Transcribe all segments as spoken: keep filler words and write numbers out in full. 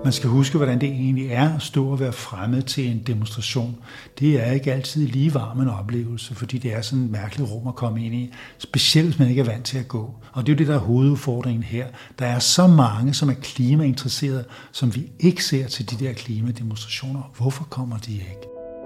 Man skal huske, hvordan det egentlig er at stå og være fremmed til en demonstration. Det er ikke altid lige varm en oplevelse, fordi det er sådan et mærkeligt rum at komme ind i, specielt hvis man ikke er vant til at gå. Og det er jo det, der er hovedudfordringen her. Der er så mange, som er klimainteresserede, som vi ikke ser til de der klimademonstrationer. Hvorfor kommer de ikke?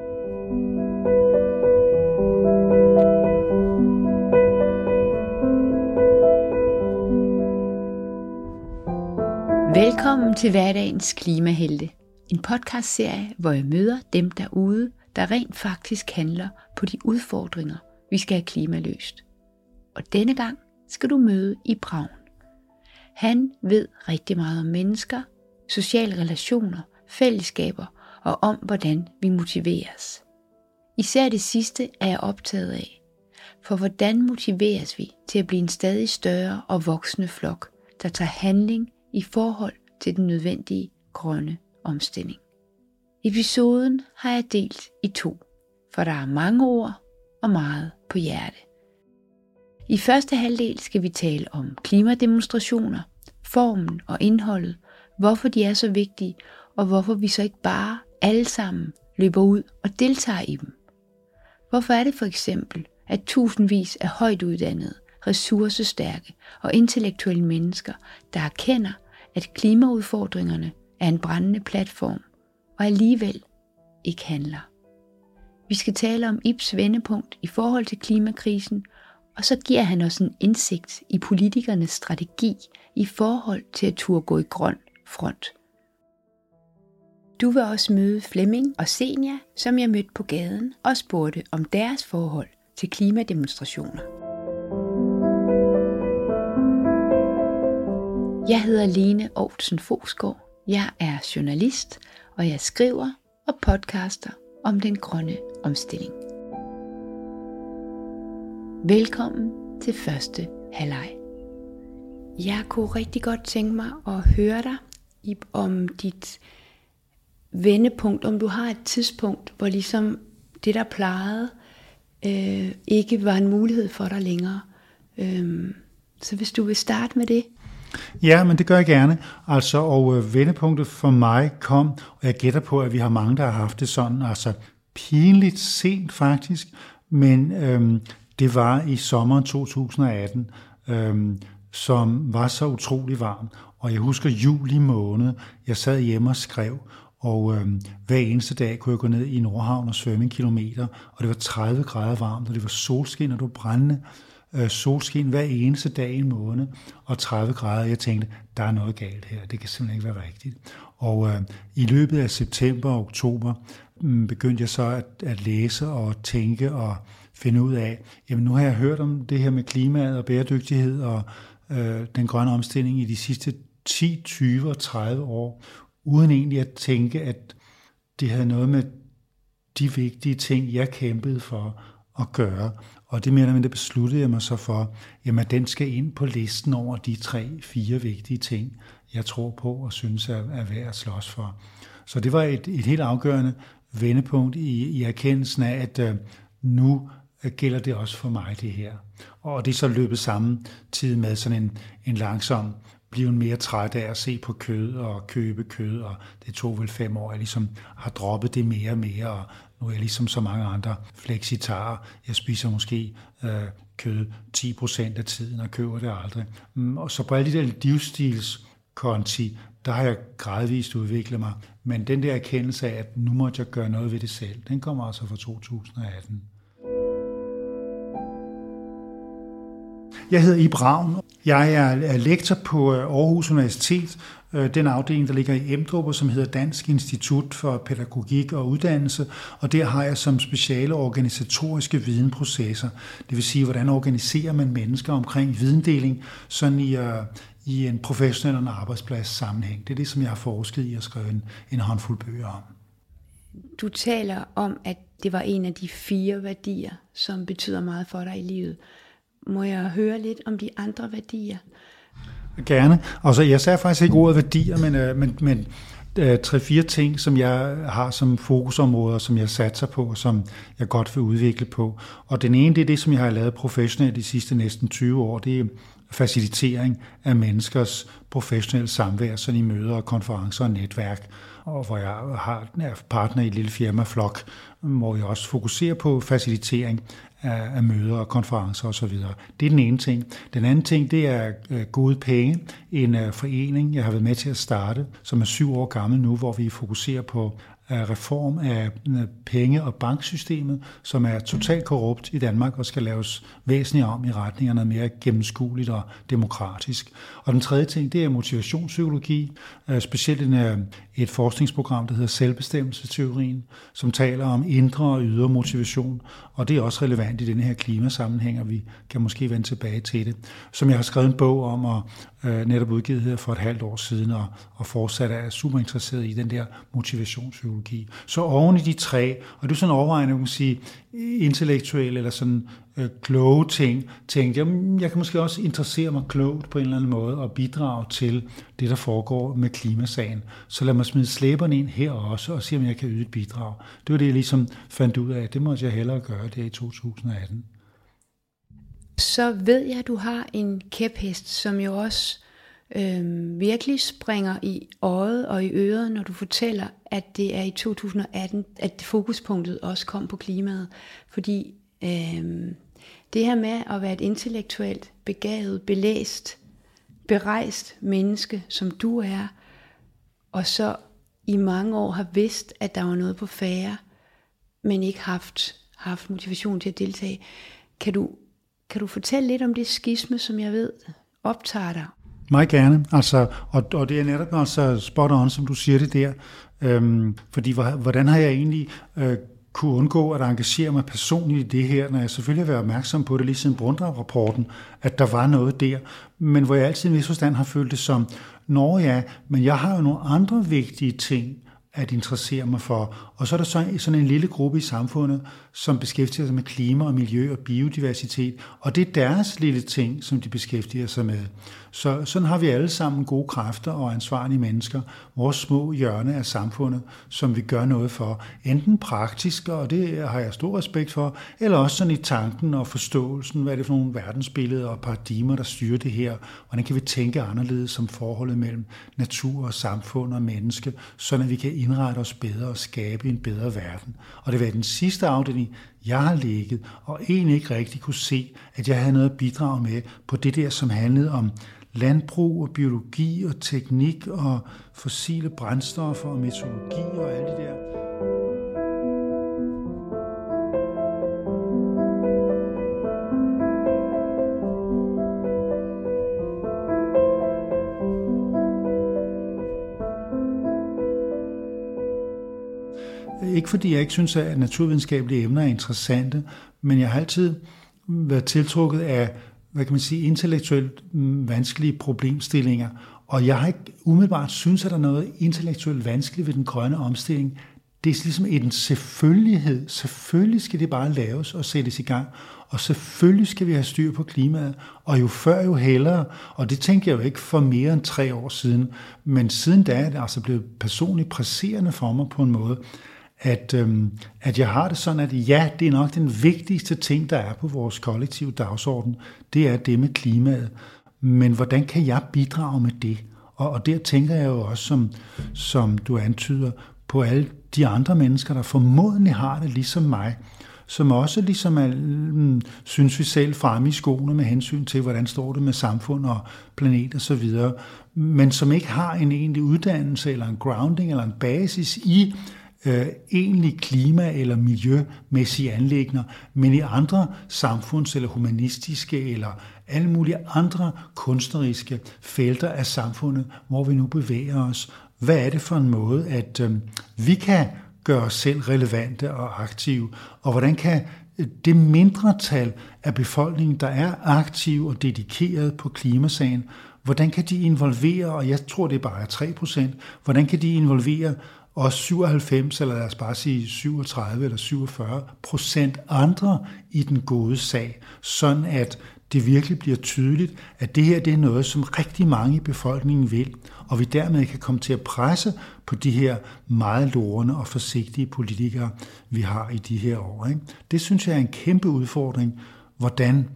Velkommen til Hverdagens Klimahelte, en podcastserie, hvor jeg møder dem derude, der rent faktisk handler på de udfordringer, vi skal have klimaløst. Og denne gang skal du møde Ib Ravn. Han ved rigtig meget om mennesker, sociale relationer, fællesskaber og om, hvordan vi motiveres. Især det sidste er jeg optaget af. For hvordan motiveres vi til at blive en stadig større og voksende flok, der tager handling i forhold til den nødvendige grønne omstilling. Episoden har jeg delt i to, for der er mange ord og meget på hjerte. I første halvdel skal vi tale om klimademonstrationer, formen og indholdet, hvorfor de er så vigtige, og hvorfor vi så ikke bare alle sammen løber ud og deltager i dem. Hvorfor er det for eksempel, at tusindvis af højt uddannede, ressourcestærke og intellektuelle mennesker, der erkender, at klimaudfordringerne er en brændende platform, og alligevel ikke handler. Vi skal tale om Ibs vendepunkt i forhold til klimakrisen, og så giver han os en indsigt i politikernes strategi i forhold til at turde gå i grøn front. Du vil også møde Flemming og Senja, som jeg mødte på gaden og spurgte om deres forhold til klimademonstrationer. Jeg hedder Lene Aarhusen Fosgaard. Jeg er journalist, og jeg skriver og podcaster om den grønne omstilling. Velkommen til første halvleg. Jeg kunne rigtig godt tænke mig at høre dig Ib, om dit vendepunkt, om du har et tidspunkt, hvor ligesom det, der plejede, øh, ikke var en mulighed for dig længere. Øh, så hvis du vil starte med det. Ja, men det gør jeg gerne. Altså, og øh, vendepunktet for mig kom, og jeg gætter på, at vi har mange, der har haft det sådan, altså pinligt sent faktisk, men øh, det var i sommeren to tusind og atten, øh, som var så utrolig varm. Og jeg husker juli måned, jeg sad hjemme og skrev, og øh, hver eneste dag kunne jeg gå ned i Nordhavn og svømme en kilometer, og det var tredive grader varmt, og det var solskin, og det var brændende øh, solskin hver eneste dag i en måned, og tredive grader. Jeg tænkte, der er noget galt her, det kan simpelthen ikke være rigtigt. Og øh, i løbet af september og oktober øh, begyndte jeg så at, at læse og tænke og finde ud af, jamen nu har jeg hørt om det her med klimaet og bæredygtighed og øh, den grønne omstilling i de sidste ti, tyve og tredive år, uden egentlig at tænke, at det havde noget med de vigtige ting, jeg kæmpede for at gøre. Og det mener, men det besluttede jeg mig så for, jamen at den skal ind på listen over de tre, fire vigtige ting, jeg tror på og synes er, er værd at slås for. Så det var et, et helt afgørende vendepunkt i, i erkendelsen af, at uh, nu gælder det også for mig det her. Og det er så løbet samtidig med sådan en, en langsom blive mere træt af at se på kød og købe kød, og det tog vel fem år, jeg ligesom har droppet det mere og mere, og nu er jeg ligesom så mange andre fleksitarer. Jeg spiser måske øh, kød ti procent af tiden og køber det aldrig. Og så på alle de der livsstilskonti, der har jeg gradvist udviklet mig, men den der erkendelse af, at nu måtte jeg gøre noget ved det selv, den kommer altså fra to tusind og atten. Jeg hedder Ib Ravn. Jeg er lektor på Aarhus Universitet, den afdeling, der ligger i Emdrup, som hedder Dansk Institut for Pædagogik og Uddannelse, og der har jeg som speciale organisatoriske videnprocesser. Det vil sige, hvordan organiserer man mennesker omkring videndeling, sådan i, uh, i en professionel og en arbejdsplads sammenhæng. Det er det, som jeg har forsket i at skrive en, en håndfuld bøger om. Du taler om, at det var en af de fire værdier, som betyder meget for dig i livet. Må jeg høre lidt om de andre værdier? Gerne. Altså, jeg sagde faktisk ikke ordet værdier, men, men, men tre-fire ting, som jeg har som fokusområder, som jeg satser på, og som jeg godt vil udvikle på. Og den ene, det er det, som jeg har lavet professionelt de sidste næsten tyve år. Det er facilitering af menneskers professionelle samvær, sådan i møder og konferencer og netværk, og hvor jeg har er partner i et lille firma, Flok, hvor jeg også fokuserer på facilitering af, af møder og konferencer osv. Det er den ene ting. Den anden ting, det er Gode Penge, en forening, jeg har været med til at starte, som er syv år gammel nu, hvor vi fokuserer på reform af penge- og banksystemet, som er totalt korrupt i Danmark og skal laves væsentligt om i retning af noget mere gennemskueligt og demokratisk. Og den tredje ting, det er motivationspsykologi, specielt et forskningsprogram, der hedder Selvbestemmelsesteorien, som taler om indre og ydre motivation, og det er også relevant i denne her klimasammenhæng, og vi kan måske vende tilbage til det. Som jeg har skrevet en bog om, og øh, netop udgivet her for et halvt år siden, og, og fortsat er super interesseret i den der motivationspsykologi. Så oven i de tre, og det er sådan overvejende, man kan sige, intellektuelle eller sådan øh, kloge ting, tænkte jeg, jeg kan måske også interessere mig klogt på en eller anden måde og bidrage til det, der foregår med klimasagen. Så lad mig smide slæberne ind her også og se, om jeg kan yde et bidrag. Det var det, jeg ligesom fandt ud af. Det måtte jeg hellere gøre der i to tusind atten. Så ved jeg, at du har en kæphest, som jo også øh, virkelig springer i øjet og i øret, når du fortæller, at det er i to tusind atten, at fokuspunktet også kom på klimaet. Fordi øh, det her med at være et intellektuelt, begavet, belæst, berejst menneske, som du er, og så i mange år har vidst, at der var noget på færde, men ikke haft, haft motivation til at deltage. Kan du, kan du fortælle lidt om det skisme, som jeg ved optager dig? Meget gerne, altså, og, og det er netop altså spot on, som du siger det der, øhm, fordi hvordan har jeg egentlig øh, kunne undgå at engagere mig personligt i det her, når jeg selvfølgelig har været opmærksom på det lige siden Brundtland-rapporten, at der var noget der, men hvor jeg altid i en vis forstand har følt det som, nå ja, men jeg har jo nogle andre vigtige ting at interessere mig for. Og så er der så sådan en lille gruppe i samfundet, som beskæftiger sig med klima og miljø og biodiversitet, og det er deres lille ting, som de beskæftiger sig med. Så sådan har vi alle sammen gode kræfter og ansvarlige mennesker, vores små hjørne af samfundet, som vi gør noget for. Enten praktisk, og det har jeg stor respekt for, eller også sådan i tanken og forståelsen, hvad er det for nogle verdensbilleder og paradigmer, der styrer det her. Hvordan kan vi tænke anderledes som forholdet mellem natur og samfund og menneske, sådan at vi kan indrette os bedre og skabe en bedre verden. Og det var den sidste afdeling, jeg har ligget, og egentlig ikke rigtig kunne se, at jeg havde noget at bidrage med på det der, som handlede om landbrug og biologi og teknik og fossile brændstoffer og meteorologi og alle de der. Ikke fordi jeg ikke synes, at naturvidenskabelige emner er interessante, men jeg har altid været tiltrukket af, hvad kan man sige, intellektuelt vanskelige problemstillinger. Og jeg har ikke umiddelbart synes, at der er noget intellektuelt vanskeligt ved den grønne omstilling. Det er ligesom en selvfølgelighed. Selvfølgelig skal det bare laves og sættes i gang. Og selvfølgelig skal vi have styr på klimaet. Og jo før, jo hellere. Og det tænkte jeg jo ikke for mere end tre år siden. Men siden da er det altså blevet personligt presserende for mig på en måde, At, øhm, at jeg har det sådan, at ja, det er nok den vigtigste ting, der er på vores kollektive dagsorden, det er det med klimaet. Men hvordan kan jeg bidrage med det? Og, og der tænker jeg jo også, som, som du antyder, på alle de andre mennesker, der formodentlig har det ligesom mig, som også ligesom er, mm, synes vi selv fremme i skoene med hensyn til, hvordan står det med samfund og planet og så videre, men som ikke har en egentlig uddannelse eller en grounding eller en basis i Øh, egentlig klima- eller miljømæssige anliggender, men i andre samfunds- eller humanistiske eller alle mulige andre kunstneriske felter af samfundet, hvor vi nu bevæger os. Hvad er det for en måde, at øh, vi kan gøre os selv relevante og aktive, og hvordan kan det mindretal af befolkningen, der er aktiv og dedikeret på klimasagen, hvordan kan de involvere, og jeg tror det bare er tre procent, hvordan kan de involvere og syvoghalvfems, eller lad os bare sige syvogtredive eller syvogfyrre procent andre i den gode sag, sådan at det virkelig bliver tydeligt, at det her det er noget, som rigtig mange i befolkningen vil, og vi dermed kan komme til at presse på de her meget lorende og forsigtige politikere, vi har i de her år. Ikke? Det synes jeg er en kæmpe udfordring, hvordan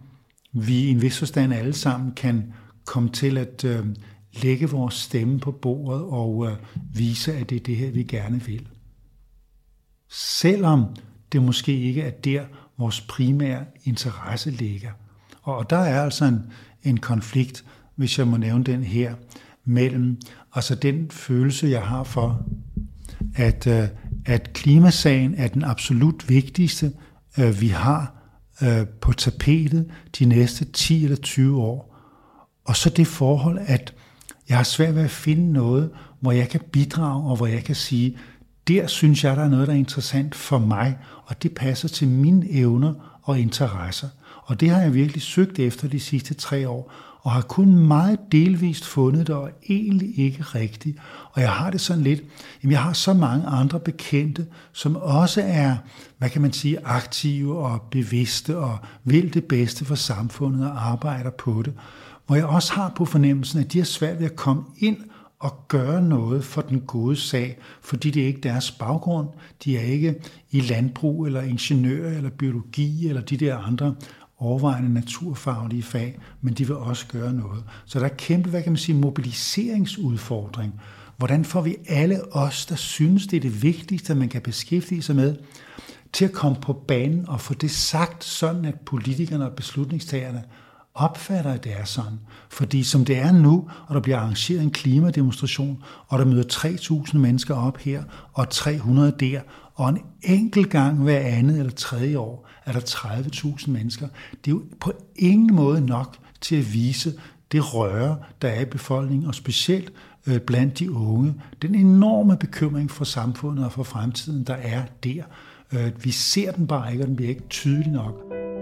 vi i en vis forstand alle sammen kan komme til at øh, lægge vores stemme på bordet og øh, vise, at det er det her, vi gerne vil. Selvom det måske ikke er der, vores primære interesse ligger. Og der er altså en, en konflikt, hvis jeg må nævne den her, mellem altså den følelse, jeg har for, at, øh, at klimasagen er den absolut vigtigste, øh, vi har øh, på tapetet de næste ti eller tyve år. Og så det forhold, at jeg har svært ved at finde noget, hvor jeg kan bidrage, og hvor jeg kan sige, der synes jeg, der er noget, der er interessant for mig, og det passer til mine evner og interesser. Og det har jeg virkelig søgt efter de sidste tre år, og har kun meget delvist fundet det, og egentlig ikke rigtigt. Og jeg har det sådan lidt, jamen jeg har så mange andre bekendte, som også er, hvad kan man sige, aktive og bevidste, og vil det bedste for samfundet og arbejder på det. Hvor jeg også har på fornemmelsen, at de har svært ved at komme ind og gøre noget for den gode sag, fordi det er ikke deres baggrund. De er ikke i landbrug, eller ingeniør, eller biologi, eller de der andre overvejende naturfaglige fag, men de vil også gøre noget. Så der er kæmpe, hvad kan man sige, mobiliseringsudfordring. Hvordan får vi alle os, der synes, det er det vigtigste, man kan beskæftige sig med, til at komme på banen og få det sagt sådan, at politikerne og beslutningstagerne opfatter, at det er sådan. Fordi som det er nu, og der bliver arrangeret en klimademonstration, og der møder tre tusind mennesker op her, og tre hundrede der, og en enkelt gang hver andet eller tredje år, er der tredive tusind mennesker. Det er jo på ingen måde nok til at vise det røre, der er i befolkningen, og specielt øh, blandt de unge. Den enorme bekymring for samfundet og for fremtiden, der er der. Øh, vi ser den bare ikke, og den bliver ikke tydelig nok.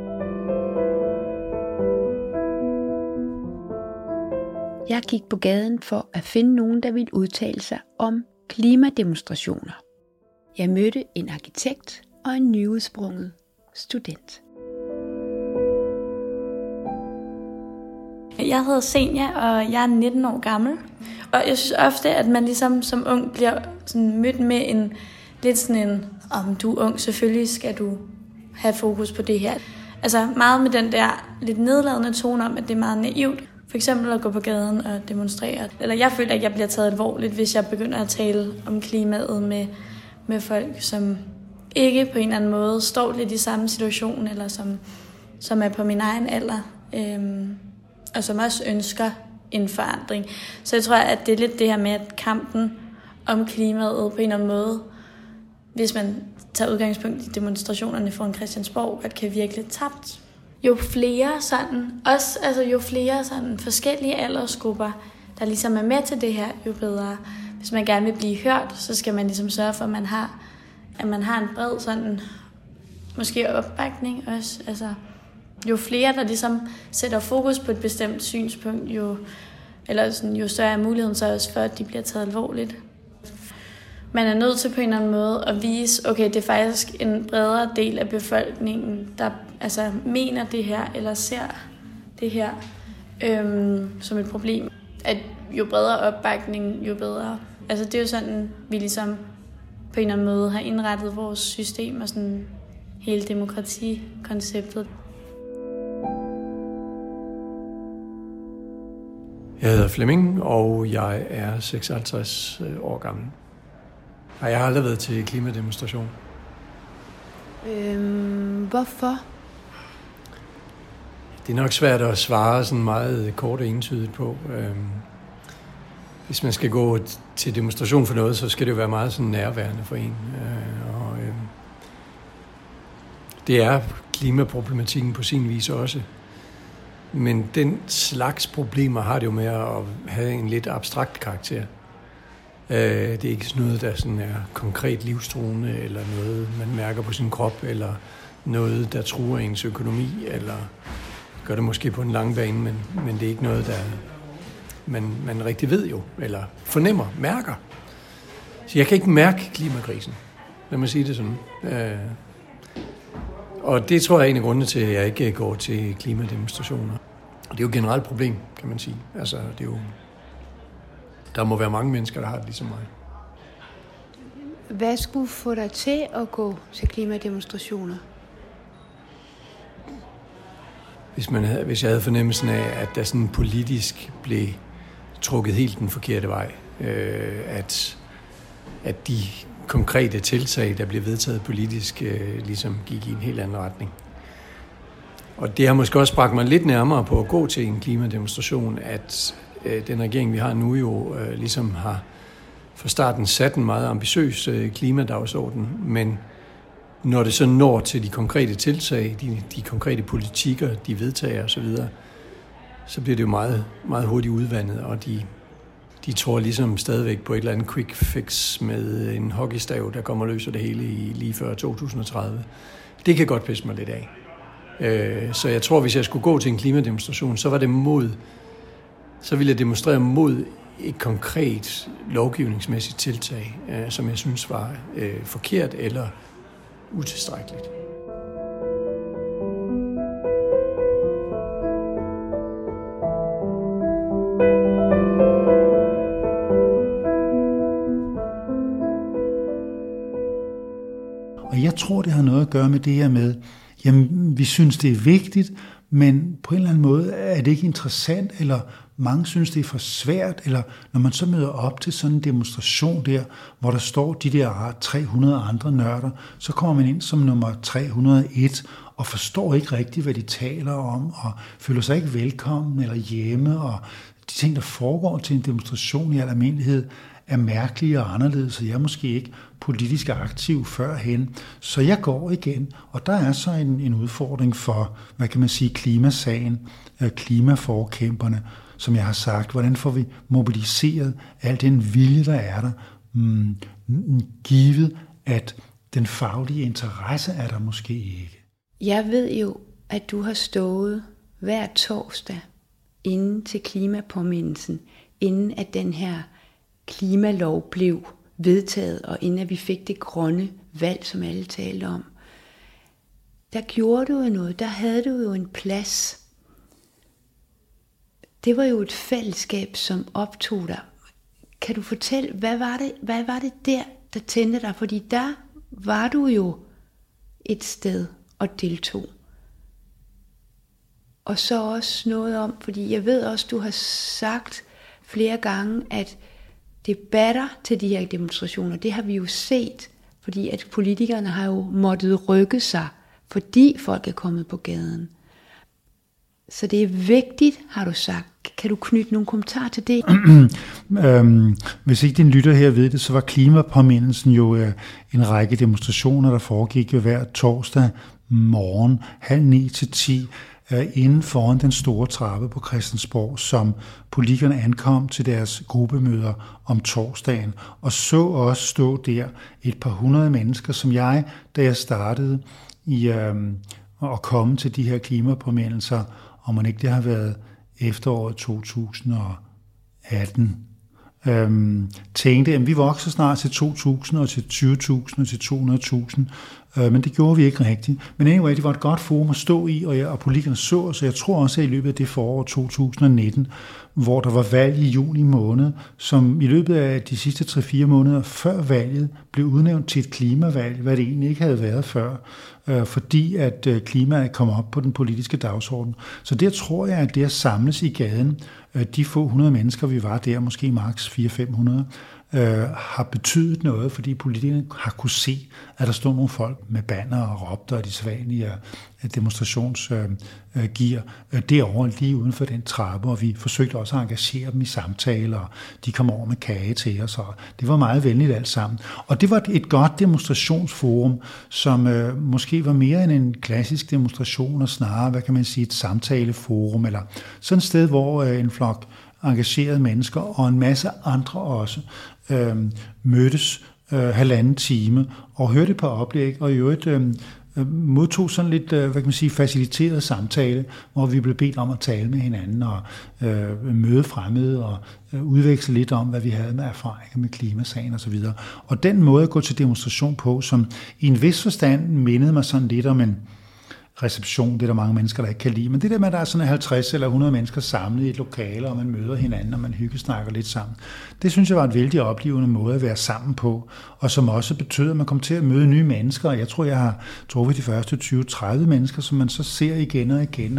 Jeg gik på gaden for at finde nogen, der ville udtale sig om klimademonstrationer. Jeg mødte en arkitekt og en nyudsprunget student. Jeg hedder Senja, og jeg er nitten år gammel. Og jeg synes ofte, at man ligesom som ung bliver sådan mødt med en lidt sådan en, om du er ung, selvfølgelig skal du have fokus på det her. Altså meget med den der lidt nedladende tone om, at det er meget naivt. For eksempel at gå på gaden og demonstrere. Eller jeg føler, at jeg bliver taget alvorligt, hvis jeg begynder at tale om klimaet med, med folk, som ikke på en eller anden måde står lidt i samme situation, eller som, som er på min egen alder, øhm, og som også ønsker en forandring. Så jeg tror, at det er lidt det her med, at kampen om klimaet på en eller anden måde, hvis man tager udgangspunkt i demonstrationerne foran Christiansborg, at kan virke lidt tabt. Jo flere sådan, også altså jo flere sådan forskellige aldersgrupper, der ligesom er med til det her, jo bedre. Hvis man gerne vil blive hørt, så skal man ligesom sørge for, at man har, at man har en bred sådan, måske opbakning også. Altså, jo flere, der ligesom sætter fokus på et bestemt synspunkt, jo, eller sådan, jo større er muligheden så også for, at de bliver taget alvorligt. Man er nødt til på en eller anden måde at vise, okay, det er faktisk en bredere del af befolkningen, der altså mener det her, eller ser det her øhm, som et problem. At jo bredere opbakning, jo bedre. Altså det er jo sådan, vi ligesom på en eller anden måde har indrettet vores system og sådan hele demokratikonceptet. Jeg hedder Flemming, og jeg er seksoghalvtreds år gammel. Jeg har aldrig været til klimademonstration. Øhm, hvorfor? Det er nok svært at svare sådan meget kort og entydigt på. Øhm, hvis man skal gå til demonstration for noget, så skal det jo være meget sådan nærværende for en. Øh, og, øh, det er klimaproblematikken på sin vis også. Men den slags problemer har det jo med at have en lidt abstrakt karakter. Det er ikke sådan noget, der sådan er konkret livstruende, eller noget, man mærker på sin krop, eller noget, der truer ens økonomi, eller gør det måske på en lang bane, men, men det er ikke noget, der man, man rigtig ved jo, eller fornemmer, mærker. Så jeg kan ikke mærke klimakrisen, lad mig sige det sådan. Og det tror jeg er en af grundene til, at jeg ikke går til klimademonstrationer. Og det er jo et generelt problem, kan man sige. Altså, det er jo Der må være mange mennesker, der har det ligesom mig. Hvad skulle få dig til at gå til klimademonstrationer? hvis, man havde, hvis jeg havde fornemmelsen af, at der sådan politisk blev trukket helt den forkerte vej. Øh, at, at de konkrete tiltag, der blev vedtaget politisk, øh, ligesom gik i en helt anden retning. Og det har måske også bragt mig lidt nærmere på at gå til en klimademonstration, at øh, den regering, vi har nu, jo øh, ligesom har fra starten sat en meget ambitiøs øh, klimadagsorden, men når det så når til de konkrete tiltag, de, de konkrete politikker, de vedtager osv., så, så bliver det jo meget, meget hurtigt udvandet, og de, de tror ligesom stadigvæk på et eller andet quick fix med en hockeystav, der kommer og løser det hele i lige før to tusind og tredive. Det kan godt pisse mig lidt af. Øh, så jeg tror, hvis jeg skulle gå til en klimademonstration, så var det mod, så ville jeg demonstrere mod et konkret lovgivningsmæssigt tiltag, øh, som jeg synes var øh, forkert eller utilstrækkeligt. Og jeg tror, det har noget at gøre med det her med, jamen, vi synes, det er vigtigt, men på en eller anden måde er det ikke interessant, eller mange synes, det er for svært, eller når man så møder op til sådan en demonstration der, hvor der står de der tre hundrede andre nørder, så kommer man ind som nummer tre hundrede og en og forstår ikke rigtigt, hvad de taler om, og føler sig ikke velkommen eller hjemme, og de ting, der foregår til en demonstration i al almindelighed, er mærkelige og anderledes, så jeg er måske ikke politisk aktiv førhen. Så jeg går igen, og der er så en, en udfordring for, hvad kan man sige, klimasagen, klimaforkæmperne, som jeg har sagt. Hvordan får vi mobiliseret al den vilje, der er der, mm, givet at den faglige interesse er der måske ikke. Jeg ved jo, at du har stået hver torsdag inden til klimapåmindelsen, inden at den her klimalov blev vedtaget, og inden at vi fik det grønne valg, som alle talte om. Der gjorde du jo noget, der havde du jo en plads. Det var jo et fællesskab, som optog dig. Kan du fortælle, hvad var det, hvad var det der, der tændte dig? Fordi der var du jo et sted og deltog. Og så også noget om, fordi jeg ved også, du har sagt flere gange, at debatter til de her demonstrationer, det har vi jo set, fordi at politikerne har jo måttet rykke sig, fordi folk er kommet på gaden. Så det er vigtigt, har du sagt. Kan du knytte nogle kommentarer til det? øhm, hvis ikke din lytter her ved det, så var klimapåmindelsen jo øh, en række demonstrationer, der foregik jo hver torsdag morgen, halv ni til ti, øh, inden foran den store trappe på Christiansborg, som politikerne ankom til deres gruppemøder om torsdagen, og så også stå der et par hundrede mennesker, som jeg, da jeg startede i øh, at komme til de her klimapåmindelser, om man ikke det har været efteråret to tusind og atten, øhm, tænkte, at vi vokser snart til to tusind og til tyve tusind og til to hundrede tusind, øh, men det gjorde vi ikke rigtigt. Men anyway, det var et godt forum at stå i, og, jeg, og politikerne så, så jeg tror også, at i løbet af det forår to tusind og nitten, hvor der var valg i juni måned, som i løbet af de sidste tre fire måneder før valget blev udnævnt til et klimavalg, hvad det egentlig ikke havde været før, øh, fordi at øh, klimaet kom op på den politiske dagsorden. Så der tror jeg, at det at samles i gaden, øh, de få hundrede mennesker, vi var der, måske maks fire til fem hundrede, øh, har betydet noget, fordi politikerne har kunne se, at der stod nogle folk med banner og råbte, og de svanlige demonstrationsgear øh, øh, derovre lige uden for den trappe, og vi forsøgte også at engagere dem i samtaler, og de kom over med kage til os, og det var meget venligt alt sammen. Og det var et godt demonstrationsforum, som øh, måske var mere end en klassisk demonstration, og snarere, hvad kan man sige, et samtaleforum, eller sådan et sted, hvor øh, en flok engagerede mennesker, og en masse andre også, øh, mødtes øh, halvanden time, og hørte på oplæg, og i øvrigt øh, modtog sådan lidt, hvad kan man sige, faciliteret samtale, hvor vi blev bedt om at tale med hinanden og øh, møde fremmede og øh, udveksle lidt om, hvad vi havde med erfaringer med klimasagen og så videre. Og den måde at gå til demonstration på, som i en vis forstand mindede mig sådan lidt om en reception, det er der mange mennesker, der ikke kan lide, men det der med, at der er sådan halvtreds eller hundrede mennesker samlet i et lokale, og man møder hinanden, og man hyggesnakker lidt sammen, det synes jeg var en vældig oplevende måde at være sammen på, og som også betød, at man kom til at møde nye mennesker, og jeg tror, jeg har truffet de første tyve til tredive mennesker, som man så ser igen og igen, og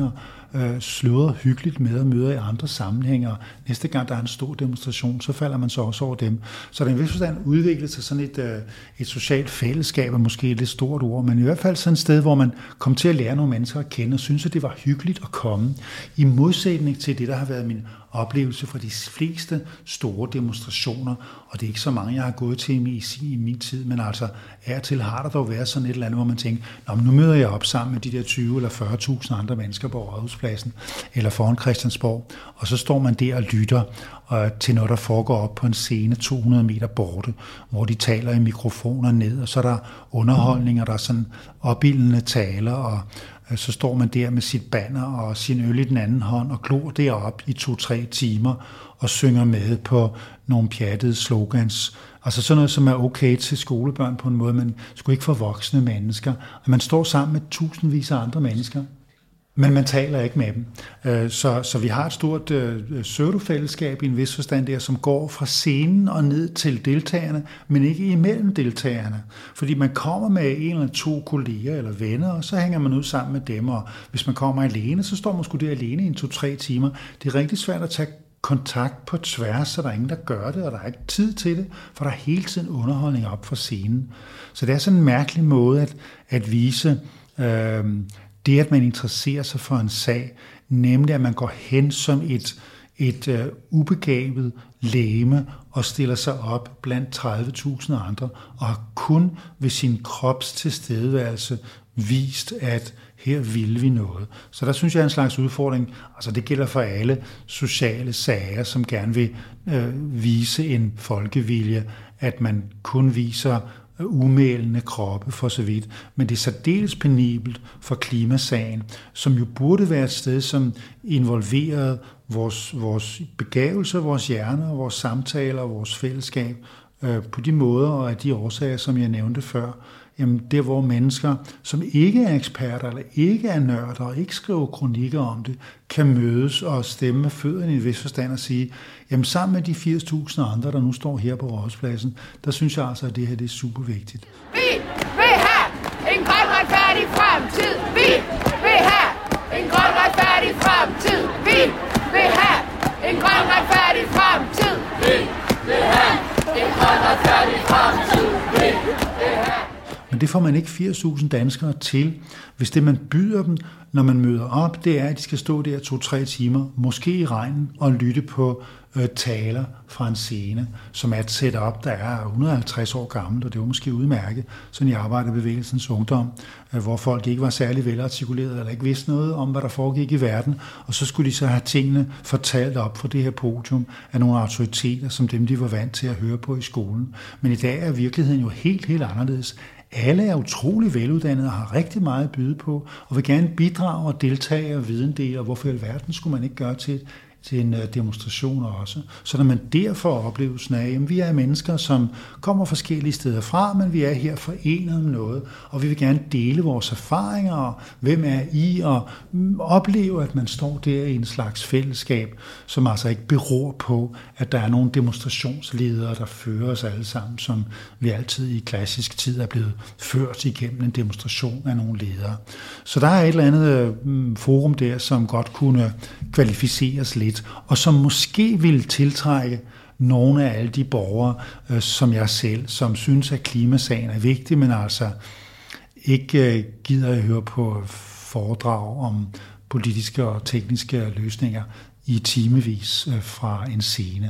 øh, sludrer hyggeligt med og møder i andre sammenhænge, og næste gang der er en stor demonstration, så falder man så også over dem. Så der er en vis forstand udviklet sig sådan et, øh, et socialt fællesskab, er måske et lidt stort ord, men i hvert fald sådan et sted, hvor man kom til at lære nogle mennesker at kende, og synes, at det var hyggeligt at komme, i modsætning til det, der har været min oplevelse fra de fleste store demonstrationer, og det er ikke så mange, jeg har gået til i, i min tid, men altså af og til har der dog været sådan et eller andet, hvor man tænker, Nå, men nu møder jeg op sammen med de der tyve eller fyrre tusind andre mennesker på Rådhuspladsen, eller foran Christiansborg, og så står man der og lytter og til noget, der foregår op på en scene to hundrede meter borte, hvor de taler i mikrofoner ned, og så er der underholdninger, der er sådan opildende taler, og så står man der med sit banner og sin øl i den anden hånd og glor derop i to-tre timer og synger med på nogle pjattede slogans. Altså sådan noget, som er okay til skolebørn på en måde, men sgu ikke for voksne mennesker. Og man står sammen med tusindvis af andre mennesker, men man taler ikke med dem. Så, så vi har et stort uh, pseudofællesskab i en vis forstand der, som går fra scenen og ned til deltagerne, men ikke imellem deltagerne. Fordi man kommer med en eller to kolleger eller venner, og så hænger man ud sammen med dem, og hvis man kommer alene, så står man sgu der alene i en to-tre timer. Det er rigtig svært at tage kontakt på tværs, så der er ingen, der gør det, og der er ikke tid til det, for der er hele tiden underholdning op fra scenen. Så det er sådan en mærkelig måde at, at vise øh, det, at man interesserer sig for en sag, nemlig at man går hen som et, et uh, ubegavet legeme og stiller sig op blandt tredive tusind andre, og har kun ved sin krops tilstedeværelse vist, at her vil vi noget. Så der synes jeg er en slags udfordring. Altså det gælder for alle sociale sager, som gerne vil øh, vise en folkevilje, at man kun viser umælende kroppe for så vidt. Men det er særdeles penibelt for klimasagen, som jo burde være et sted, som involverede vores, vores begavelse, vores hjerner, vores samtaler og vores fællesskab øh, på de måder og af de årsager, som jeg nævnte før. Jamen, der hvor mennesker, som ikke er eksperter eller ikke er nørder og ikke skriver kronikker om det, kan mødes og stemme med fødderne i en vis forstand og sige, jamen sammen med de firs tusind andre, der nu står her på Rådhuspladsen, der synes jeg altså, at det her det er super vigtigt. Vi vil have en grøn retfærdig fremtid. Vi vil have en grøn retfærdig fremtid. Vi vil have en grøn retfærdig fremtid. Vi vil have en grøn retfærdig fremtid. Vi vil have. Men det får man ikke firs tusind danskere til, hvis det man byder dem, når man møder op, det er, at de skal stå der to-tre timer, måske i regnen, og lytte på øh, taler fra en scene, som er et setup, der er et hundrede og halvtreds år gammelt, og det var måske udmærket, sådan i Arbejderbevægelsens ungdom, øh, hvor folk ikke var særlig velartikuleret, eller ikke vidste noget om, hvad der foregik i verden, og så skulle de så have tingene fortalt op fra det her podium af nogle autoriteter, som dem, de var vant til at høre på i skolen. Men i dag er virkeligheden jo helt, helt anderledes. Alle er utrolig veluddannede og har rigtig meget at byde på, og vil gerne bidrage og deltage og videndele, og hvorfor i alverden skulle man ikke gøre til, til en demonstration også. Så når man derfor oplevelsen af, at vi er mennesker, som kommer forskellige steder fra, men vi er her forenet om noget, og vi vil gerne dele vores erfaringer, og hvem er I, og opleve, at man står der i en slags fællesskab, som altså ikke beror på, at der er nogle demonstrationsledere, der fører os alle sammen, som vi altid i klassisk tid er blevet ført igennem en demonstration af nogle ledere. Så der er et eller andet forum der, som godt kunne kvalificeres lidt, og som måske ville tiltrække nogle af alle de borgere, øh, som jeg selv, som synes, at klimasagen er vigtig, men altså ikke øh, gider at høre på foredrag om politiske og tekniske løsninger i timevis øh, fra en scene.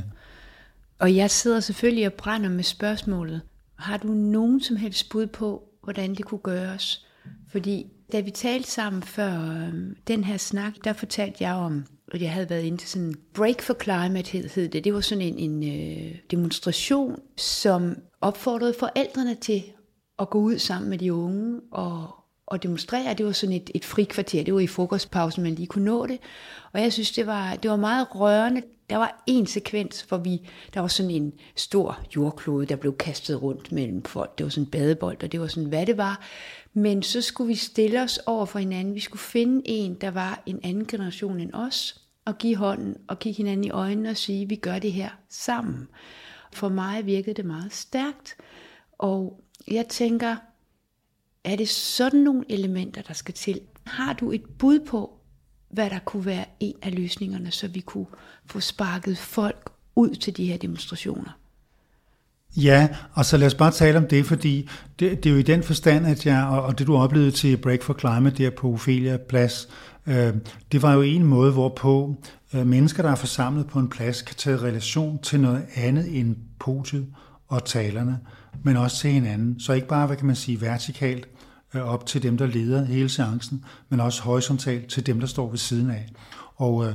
Og jeg sidder selvfølgelig og brænder med spørgsmålet. Har du nogen som helst bud på, hvordan det kunne gøres? Fordi da vi talte sammen før øh, den her snak, der fortalte jeg om, og jeg havde været inde til sådan Break for Climate, hed det. Det var sådan en, en øh, demonstration, som opfordrede forældrene til at gå ud sammen med de unge og, og demonstrere. Det var sådan et, et frikvarter, det var i frokostpausen, man lige kunne nå det. Og jeg synes, det var, det var meget rørende. Der var en sekvens, hvor vi, der var sådan en stor jordklode, der blev kastet rundt mellem folk. Det var sådan en badebold, og det var sådan, hvad det var. Men så skulle vi stille os over for hinanden. Vi skulle finde en, der var en anden generation end os, og give hånden og kigge hinanden i øjnene og sige, vi gør det her sammen. For mig virkede det meget stærkt. Og jeg tænker, er det sådan nogle elementer, der skal til? Har du et bud på, hvad der kunne være en af løsningerne, så vi kunne få sparket folk ud til de her demonstrationer. Ja, og så lad os bare tale om det, fordi det, det er jo i den forstand, at jeg, og det du oplevede til Break for Climate der på Ophelia Plads, øh, det var jo en måde, hvorpå øh, mennesker, der er forsamlet på en plads, kan tage relation til noget andet end podiet og talerne, men også til hinanden. Så ikke bare, hvad kan man sige, vertikalt øh, op til dem, der leder hele seancen, men også horisontalt til dem, der står ved siden af. Og øh,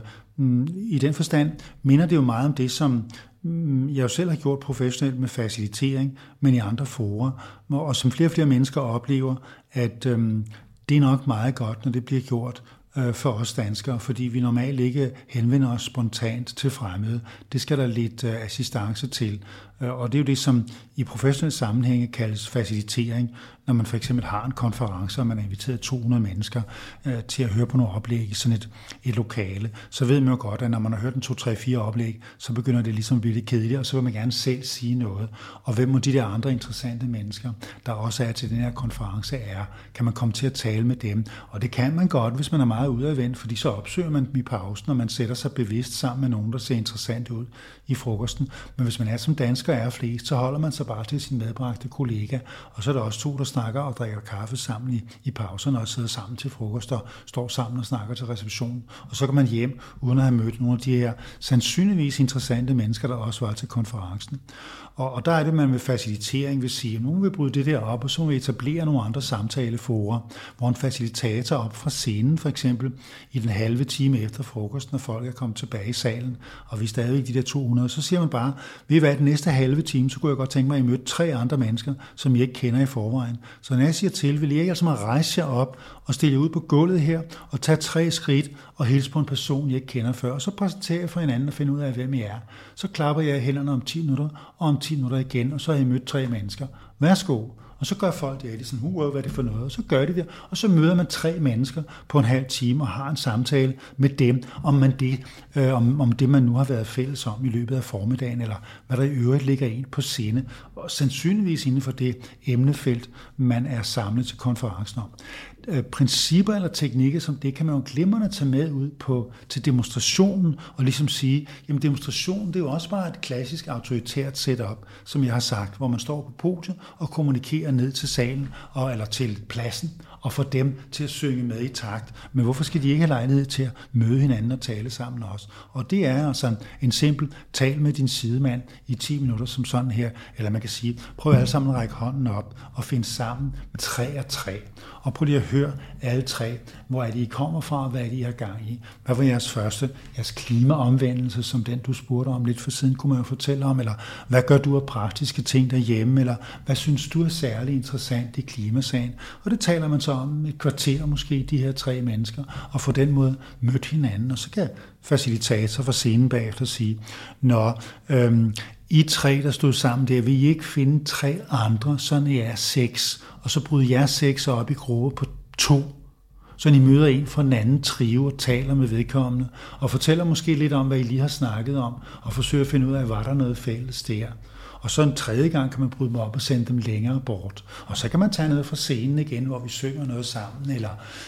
i den forstand minder det jo meget om det, som jeg jo selv har gjort professionelt med facilitering, men i andre fora, og som flere og flere mennesker oplever, at øhm, det er nok meget godt, når det bliver gjort øh, for os danskere, fordi vi normalt ikke henvender os spontant til fremmede. Det skal der lidt øh, assistance til, og det er jo det, som i professionelle sammenhænge kaldes facilitering, når man for eksempel har en konference, og man har inviteret to hundrede mennesker øh, til at høre på nogle oplæg i sådan et, et lokale, så ved man jo godt, at når man har hørt en to, tre, fire oplæg, så begynder det ligesom at blive lidt kedeligt, og så vil man gerne selv sige noget. Og hvem må de der andre interessante mennesker, der også er til den her konference, er, kan man komme til at tale med dem? Og det kan man godt, hvis man er meget udadvendt, fordi så opsøger man dem i pausen, og man sætter sig bevidst sammen med nogen, der ser interessant ud i frokosten. Men hvis man er som dansker er flest, så holder man sig bare til sin medbragte kollega, og så er der også to, der snakker og drikker kaffe sammen i, i pauserne og sidder sammen til frokost og står sammen og snakker til receptionen. Og så kan man hjem, uden at have mødt nogle af de her sandsynligvis interessante mennesker, der også var til konferencen. Og, og der er det, man med facilitering vil sige, at nogen vil bryde det der op, og så vil vi etablere nogle andre samtaleforer, hvor en facilitator op fra scenen, for eksempel i den halve time efter frokosten, når folk er kommet tilbage i salen, og vi er stadigvæk de der to hundrede, så siger man bare, ved I hvad, den næste halve time, så kunne jeg godt tænke mig, at I mødte tre andre mennesker, som I ikke kender i forvejen. Så når jeg siger til, vil I ikke altså rejse jer op og stille ud på gulvet her, og tage tre skridt og hilse på en person, I ikke kender før, og så præsentere jeg for hinanden og finde ud af, hvem I er. Så klapper jeg hænderne om ti minutter, og om ti minutter igen, og så har I mødt tre mennesker. Værsgo. Og så gør folk det, de sådan, uh, hvad er det for noget? Og så gør de det, og så møder man tre mennesker på en halv time og har en samtale med dem, om, man det, øh, om, om det, man nu har været fælles om i løbet af formiddagen, eller hvad der i øvrigt ligger en på sinde, og sandsynligvis inden for det emnefelt, man er samlet til konferencen om. Principper eller teknikker som det, kan man jo glimrende tage med ud på, til demonstrationen, og ligesom sige, jamen demonstrationen, det er jo også bare et klassisk autoritært setup, som jeg har sagt, hvor man står på podiet og kommunikerer ned til salen, og, eller til pladsen, og får dem til at synge med i takt. Men hvorfor skal de ikke have lejlighed til at møde hinanden og tale sammen også? Og det er altså en simpel tal med din sidemand i ti minutter som sådan her, eller man kan sige, prøv alle sammen at række hånden op og finde sammen med tre og tre. Og prøv lige at høre alle tre, hvor er det, I kommer fra, og hvad er det, I har gang i? Hvad var jeres første, jeres klimaomvendelse, som den, du spurgte om lidt for siden, kunne man jo fortælle om, eller hvad gør du af praktiske ting derhjemme, eller hvad synes du er særlig interessant i klimasagen? Og det taler man så om et kvarter, måske de her tre mennesker, og på den måde mødt hinanden, og så kan facilitator fra scenen bagefter sige, nå, øhm, I tre, der stod sammen der, vil I ikke finde tre andre, sådan I er seks, og så bryder jeg seks op i grupper på to, så I møder en fra en anden trio og taler med vedkommende, og fortæller måske lidt om, hvad I lige har snakket om, og forsøger at finde ud af, var der noget fælles der. Og så en tredje gang kan man bryde dem op og sende dem længere bort. Og så kan man tage noget fra scenen igen, hvor vi synger noget sammen, eller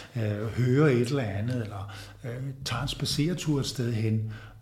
øh, hører et eller andet, eller øh, tager en spaceretur et sted hen.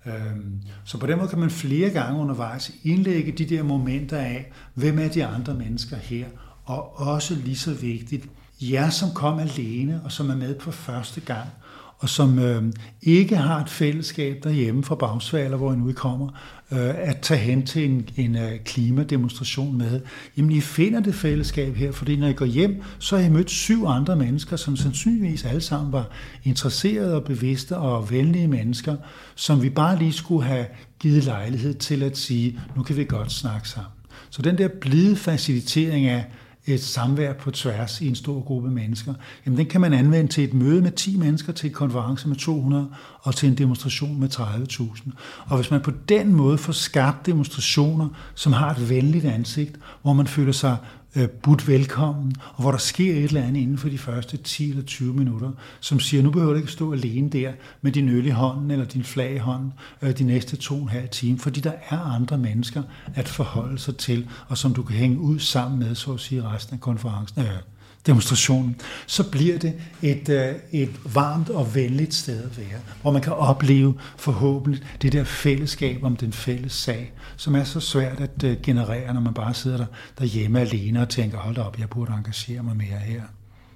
Så på den måde kan man flere gange undervejs indlægge de der momenter af, hvem er de andre mennesker her, og også lige så vigtigt, jer som kom alene, og som er med på første gang, og som øh, ikke har et fællesskab derhjemme fra Bagsværd, eller hvor I nu I kommer, øh, at tage hen til en, en uh, klimademonstration med. Jamen, I finder det fællesskab her, fordi når I går hjem, så har I mødt syv andre mennesker, som sandsynligvis alle sammen var interesserede og bevidste og venlige mennesker, som vi bare lige skulle have givet lejlighed til at sige, nu kan vi godt snakke sammen. Så den der blide facilitering af et samvær på tværs i en stor gruppe mennesker, jamen den kan man anvende til et møde med ti mennesker, til en konference med to hundrede og til en demonstration med tredive tusind. Og hvis man på den måde får skabt demonstrationer, som har et venligt ansigt, hvor man føler sig budt velkommen, og hvor der sker et eller andet inden for de første ti eller tyve minutter, som siger, nu behøver du ikke stå alene der med din øl i hånden eller din flag i hånden de næste to og en halv time, fordi der er andre mennesker at forholde sig til, og som du kan hænge ud sammen med, så at sige, resten af konferencen, øh, demonstrationen, så bliver det et, et varmt og venligt sted at være, hvor man kan opleve forhåbentlig det der fællesskab om den fælles sag, som er så svært at generere, når man bare sidder der derhjemme alene og tænker, hold da op, jeg burde engagere mig mere her.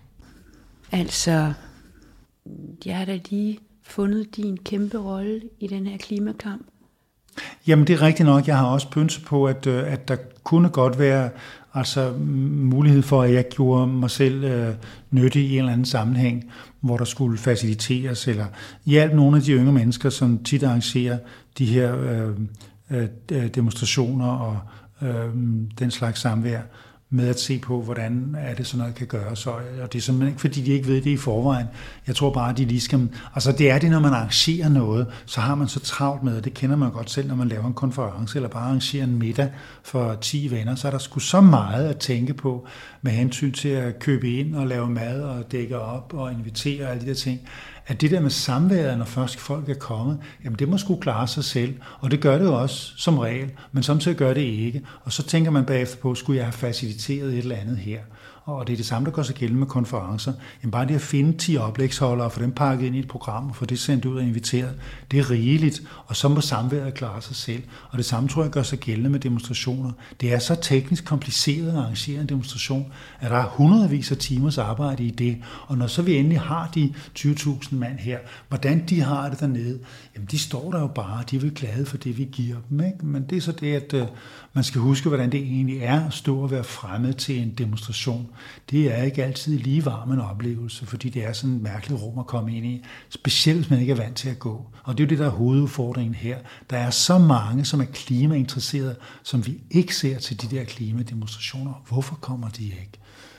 Altså, jeg har da lige fundet din kæmpe rolle i den her klimakamp. Jamen det er rigtigt nok. Jeg har også pynset på, at, at der kunne godt være altså, mulighed for, at jeg gjorde mig selv øh, nyttig i en eller anden sammenhæng, hvor der skulle faciliteres, eller hjælpe nogle af de yngre mennesker, som tit arrangerer de her øh, øh, demonstrationer og øh, den slags samvær, med at se på, hvordan er det sådan noget kan gøres. Og det er simpelthen ikke, fordi de ikke ved det i forvejen. Jeg tror bare, at de lige skal... Altså det er det, når man arrangerer noget, så har man så travlt med, og det kender man godt selv, når man laver en konference, eller bare arrangerer en middag for ti venner, så er der sgu så meget at tænke på, med hensyn til at købe ind og lave mad og dække op og invitere og alle de der ting, at det der med samværet, når først folk er kommet, jamen det må sgu klare sig selv, og det gør det jo også som regel, men samtidig gør det ikke. Og så tænker man bagefter på, skulle jeg have faciliteret et eller andet her? Og det er det samme, der gør sig gældende med konferencer. Jamen bare det at finde ti oplægsholdere og få dem pakket ind i et program og få det sendt ud og inviteret, det er rigeligt, og så må samværet klare sig selv. Og det samme tror jeg gør sig gældende med demonstrationer. Det er så teknisk kompliceret at arrangere en demonstration, at der er hundredvis af timers arbejde i det. Og når så vi endelig har de tyve tusind mand her, hvordan de har det dernede, jamen de står der jo bare, de er vel glade for det, vi giver dem. Ikke? Men det er så det, at uh, man skal huske, hvordan det egentlig er at stå og være fremmed til en demonstration. Det er ikke altid lige varm en oplevelse, fordi det er sådan et mærkeligt rum at komme ind i, specielt hvis man ikke er vant til at gå. Og det er jo det, der er hovedudfordringen her. Der er så mange, som er klimainteresserede, som vi ikke ser til de der klimademonstrationer. Hvorfor kommer de ikke?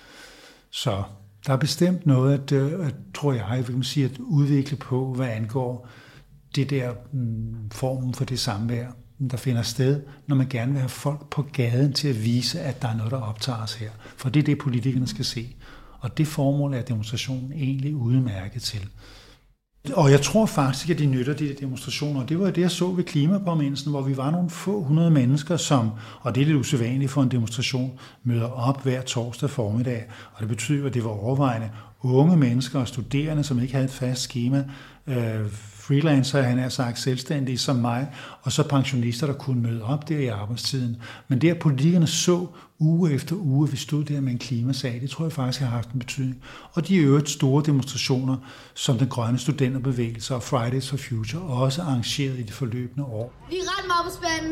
Så der er bestemt noget, at, at tror jeg, jeg vil sige, at udvikle på, hvad angår det der mm, formen for det samvær, der finder sted, når man gerne vil have folk på gaden til at vise, at der er noget, der optager os her. For det er det, politikerne skal se. Og det formål er demonstrationen egentlig udmærket til. Og jeg tror faktisk, at de nytter de demonstrationer. Det var det, jeg så ved klimapåmindelsen, hvor vi var nogle få hundrede mennesker, som, og det er lidt usædvanligt for en demonstration, møder op hver torsdag formiddag. Og det betyder, at det var overvejende unge mennesker og studerende, som ikke havde et fast schema, øh, freelancer, han er sagt selvstændige som mig, og så pensionister, der kunne møde op der i arbejdstiden. Men det, at politikerne så uge efter uge, at vi stod der med en klimasag, det tror jeg faktisk har haft en betydning. Og de øvrigt store demonstrationer, som den grønne studenterbevægelse og Fridays for Future også arrangeret i de forløbende år. Vi er ret meget på spanden.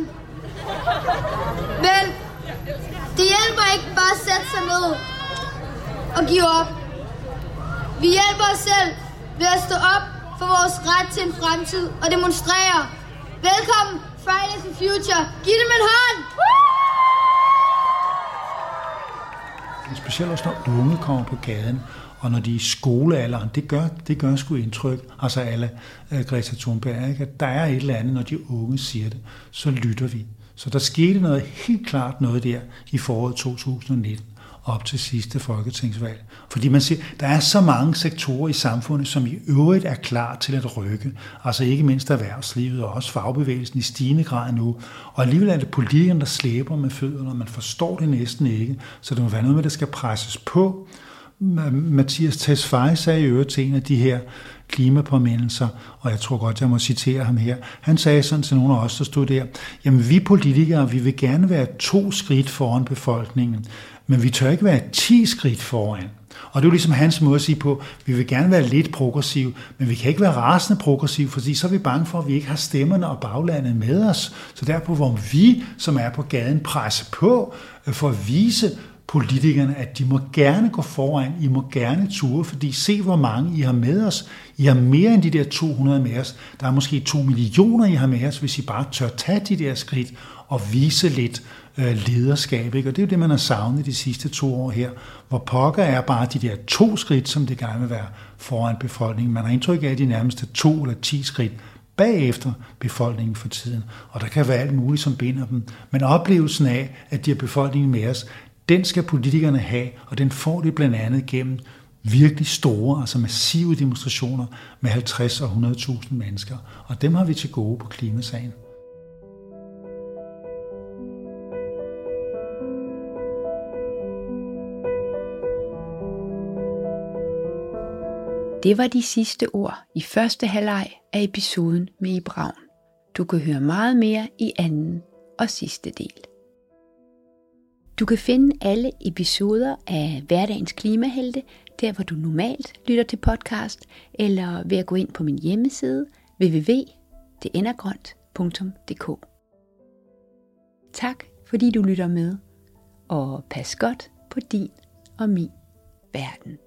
Men det hjælper ikke bare at sætte sig ned og give op. Vi hjælper os selv ved at stå op for vores ret til en fremtid og demonstrere. Velkommen, Fridays for Future. Giv dem en hånd! Specielt også når unge kommer på gaden, og når de er i skolealderen, det gør, det gør sgu indtryk, altså alle uh, Greta Thunberg, ikke? At der er et eller andet, når de unge siger det, så lytter vi. Så der skete noget, helt klart noget der i foråret to tusind nitten. Op til sidste folketingsvalg. Fordi man siger, der er så mange sektorer i samfundet, som i øvrigt er klar til at rykke. Altså ikke mindst erhvervslivet og også fagbevægelsen i stigende grad nu. Og alligevel er det politikerne, der slæber med fødderne, og man forstår det næsten ikke. Så det må være noget med, der skal presses på. Mathias Tesfaye sagde i øvrigt til en af de her klimapåmindelser, og jeg tror godt, jeg må citere ham her. Han sagde sådan til nogle af os, der stod der, jamen vi politikere, vi vil gerne være to skridt foran befolkningen, men vi tør ikke være ti skridt foran. Og det er jo ligesom hans måde at sige på, vi vil gerne være lidt progressive, men vi kan ikke være rasende progressive, fordi så er vi bange for, at vi ikke har stemmerne og baglandet med os. Så derfor hvor vi, som er på gaden, presse på for at vise politikerne, at de må gerne gå foran, I må gerne ture, fordi se hvor mange I har med os. I har mere end de der to hundrede med os. Der er måske to millioner I har med os, hvis I bare tør tage de der skridt og vise lidt øh, lederskab. Ikke? Og det er jo det, man har savnet de sidste to år her, hvor pokker er bare de der to skridt, som det gerne vil være foran befolkningen. Man har indtryk af de nærmeste to eller ti skridt bagefter befolkningen for tiden. Og der kan være alt muligt, som binder dem. Men oplevelsen af, at de har befolkningen med os, den skal politikerne have, og den får de blandt andet gennem virkelig store, altså massive demonstrationer med halvtreds og hundrede tusind mennesker. Og dem har vi til gode på klimasagen. Det var de sidste ord i første halvleg af episoden med Ib Ravn. Du kan høre meget mere i anden og sidste del. Du kan finde alle episoder af Hverdagens Klimahelte, der hvor du normalt lytter til podcast, eller ved at gå ind på min hjemmeside w w w punktum det ender grønt punktum d k. Tak fordi du lytter med, og pas godt på din og min verden.